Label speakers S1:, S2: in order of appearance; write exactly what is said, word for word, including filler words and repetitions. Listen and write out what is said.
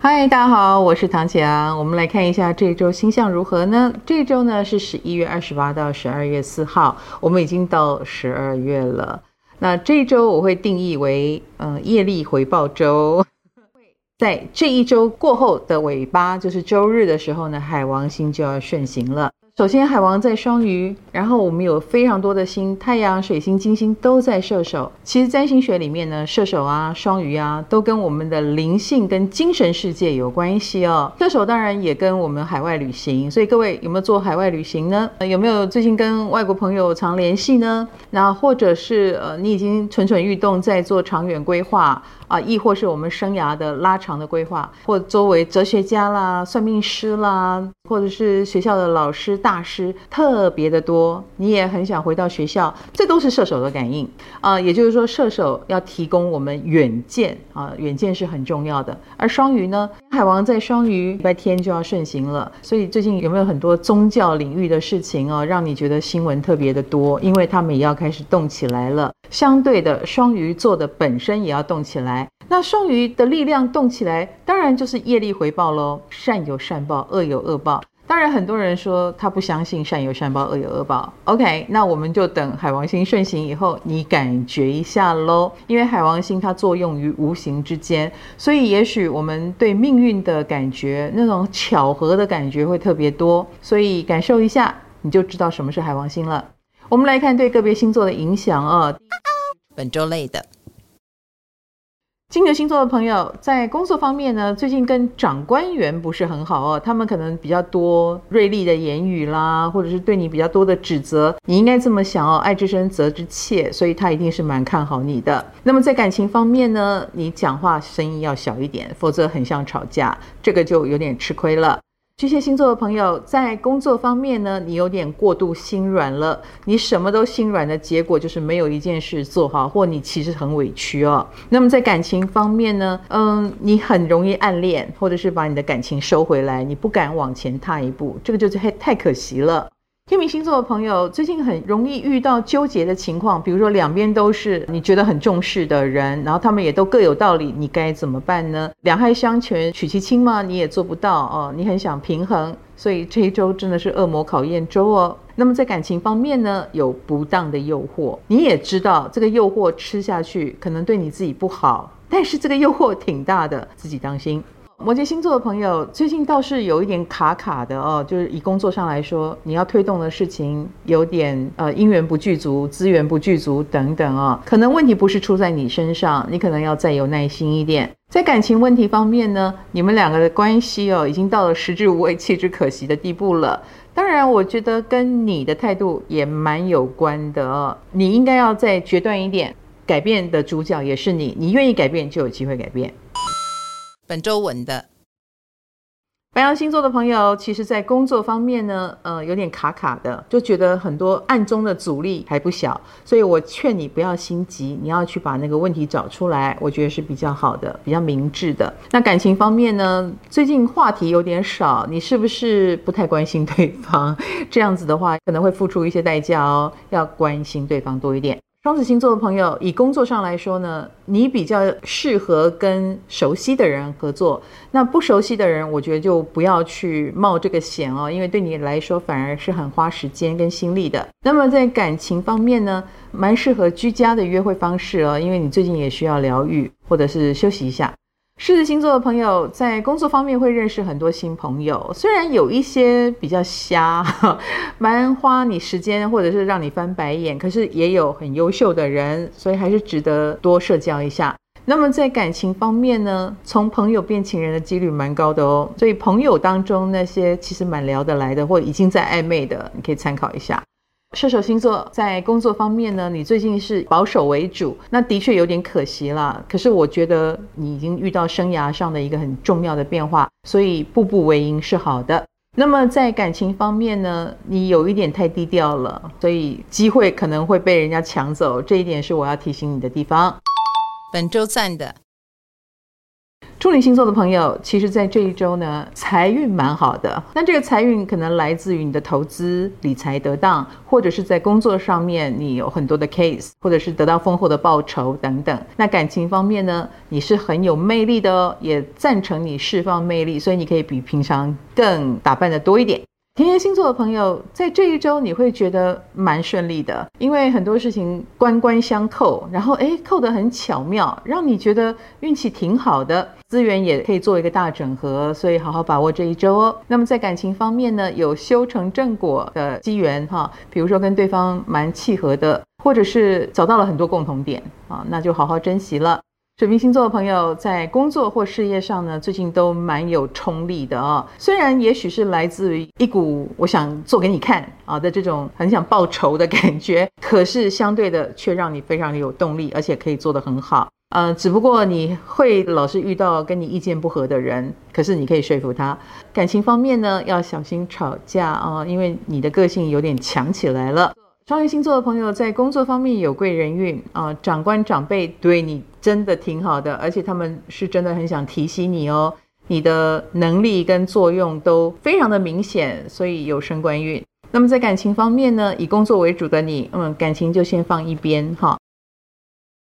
S1: 嗨，大家好，我是唐强。我们来看一下这周星象如何呢？这周呢是十一月二十八到十二月四号，我们已经到十二月了。那这一周我会定义为呃业力回报周。在这一周过后的尾巴，就是周日的时候呢，海王星就要顺行了。首先海王在双鱼，然后我们有非常多的星，太阳、水星、金星都在射手。其实占星学里面呢，射手啊、双鱼啊都跟我们的灵性跟精神世界有关系哦。射手当然也跟我们海外旅行，所以各位有没有做海外旅行呢？有没有最近跟外国朋友常联系呢？那或者是呃你已经蠢蠢欲动在做长远规划啊，亦或是我们生涯的拉长的规划，或周围哲学家啦、算命师啦，或者是学校的老师大师特别的多，你也很想回到学校，这都是射手的感应啊、呃。也就是说，射手要提供我们远见啊，远见是很重要的。而双鱼呢，海王在双鱼，礼拜天就要顺行了，所以最近有没有很多宗教领域的事情哦，让你觉得新闻特别的多？因为他们也要开始动起来了。相对的，双鱼座的本身也要动起来。那双鱼的力量动起来，当然就是业力回报咯，善有善报，恶有恶报。当然很多人说他不相信善有善报，恶有恶报。 OK， 那我们就等海王星顺行以后你感觉一下咯。因为海王星它作用于无形之间，所以也许我们对命运的感觉，那种巧合的感觉会特别多，所以感受一下你就知道什么是海王星了。我们来看对个别星座的影响哦。
S2: 本周类的
S1: 金牛星座的朋友在工作方面呢，最近跟长官员不是很好哦，他们可能比较多锐利的言语啦，或者是对你比较多的指责。你应该这么想哦，爱之深责之切，所以他一定是蛮看好你的。那么在感情方面呢，你讲话声音要小一点，否则很像吵架，这个就有点吃亏了。巨蟹星座的朋友在工作方面呢，你有点过度心软了，你什么都心软的结果就是没有一件事做好，或你其实很委屈哦。那么在感情方面呢，嗯，你很容易暗恋，或者是把你的感情收回来，你不敢往前踏一步，这个就是太可惜了。天秤星座的朋友最近很容易遇到纠结的情况，比如说两边都是你觉得很重视的人，然后他们也都各有道理，你该怎么办呢？两害相权取其轻吗？你也做不到哦，你很想平衡，所以这一周真的是恶魔考验周哦。那么在感情方面呢，有不当的诱惑，你也知道这个诱惑吃下去可能对你自己不好，但是这个诱惑挺大的，自己当心。摩羯星座的朋友最近倒是有一点卡卡的哦，就是以工作上来说，你要推动的事情有点呃因缘不具足，资源不具足等等哦，可能问题不是出在你身上，你可能要再有耐心一点。在感情问题方面呢，你们两个的关系哦，已经到了食之无味弃之可惜的地步了。当然我觉得跟你的态度也蛮有关的哦，你应该要再决断一点，改变的主角也是你，你愿意改变就有机会改变。
S2: 本周稳的
S1: 白羊星座的朋友其实在工作方面呢呃，有点卡卡的，就觉得很多暗中的阻力还不小，所以我劝你不要心急，你要去把那个问题找出来，我觉得是比较好的，比较明智的。那感情方面呢，最近话题有点少，你是不是不太关心对方？这样子的话可能会付出一些代价哦，要关心对方多一点。双子星座的朋友以工作上来说呢，你比较适合跟熟悉的人合作，那不熟悉的人我觉得就不要去冒这个险哦，因为对你来说反而是很花时间跟心力的。那么在感情方面呢，蛮适合居家的约会方式哦，因为你最近也需要疗愈或者是休息一下。狮子星座的朋友在工作方面会认识很多新朋友，虽然有一些比较瞎，蛮花你时间或者是让你翻白眼，可是也有很优秀的人，所以还是值得多社交一下。那么在感情方面呢，从朋友变情人的几率蛮高的哦，所以朋友当中那些其实蛮聊得来的或已经在暧昧的，你可以参考一下。射手星座在工作方面呢，你最近是保守为主，那的确有点可惜啦，可是我觉得你已经遇到生涯上的一个很重要的变化，所以步步为营是好的。那么在感情方面呢，你有一点太低调了，所以机会可能会被人家抢走，这一点是我要提醒你的地方。
S2: 本周赞的
S1: 处女星座的朋友，其实在这一周呢，财运蛮好的。那这个财运可能来自于你的投资理财得当，或者是在工作上面你有很多的 case， 或者是得到丰厚的报酬等等。那感情方面呢，你是很有魅力的哦，也赞成你释放魅力，所以你可以比平常更打扮的多一点。天蝎星座的朋友，在这一周你会觉得蛮顺利的，因为很多事情关关相扣，然后诶扣得很巧妙，让你觉得运气挺好的，资源也可以做一个大整合，所以好好把握这一周哦。那么在感情方面呢，有修成正果的机缘哈，比如说跟对方蛮契合的，或者是找到了很多共同点啊，那就好好珍惜了。水瓶星座的朋友在工作或事业上呢，最近都蛮有冲力的哦。虽然也许是来自于一股我想做给你看啊的这种很想报仇的感觉，可是相对的却让你非常有动力，而且可以做得很好。呃，只不过你会老是遇到跟你意见不合的人，可是你可以说服他。感情方面呢，要小心吵架啊，因为你的个性有点强起来了。双鱼星座的朋友在工作方面有贵人运啊，长官长辈对你真的挺好的，而且他们是真的很想提携你哦，你的能力跟作用都非常的明显，所以有升官运。那么在感情方面呢，以工作为主的你，嗯，感情就先放一边哈。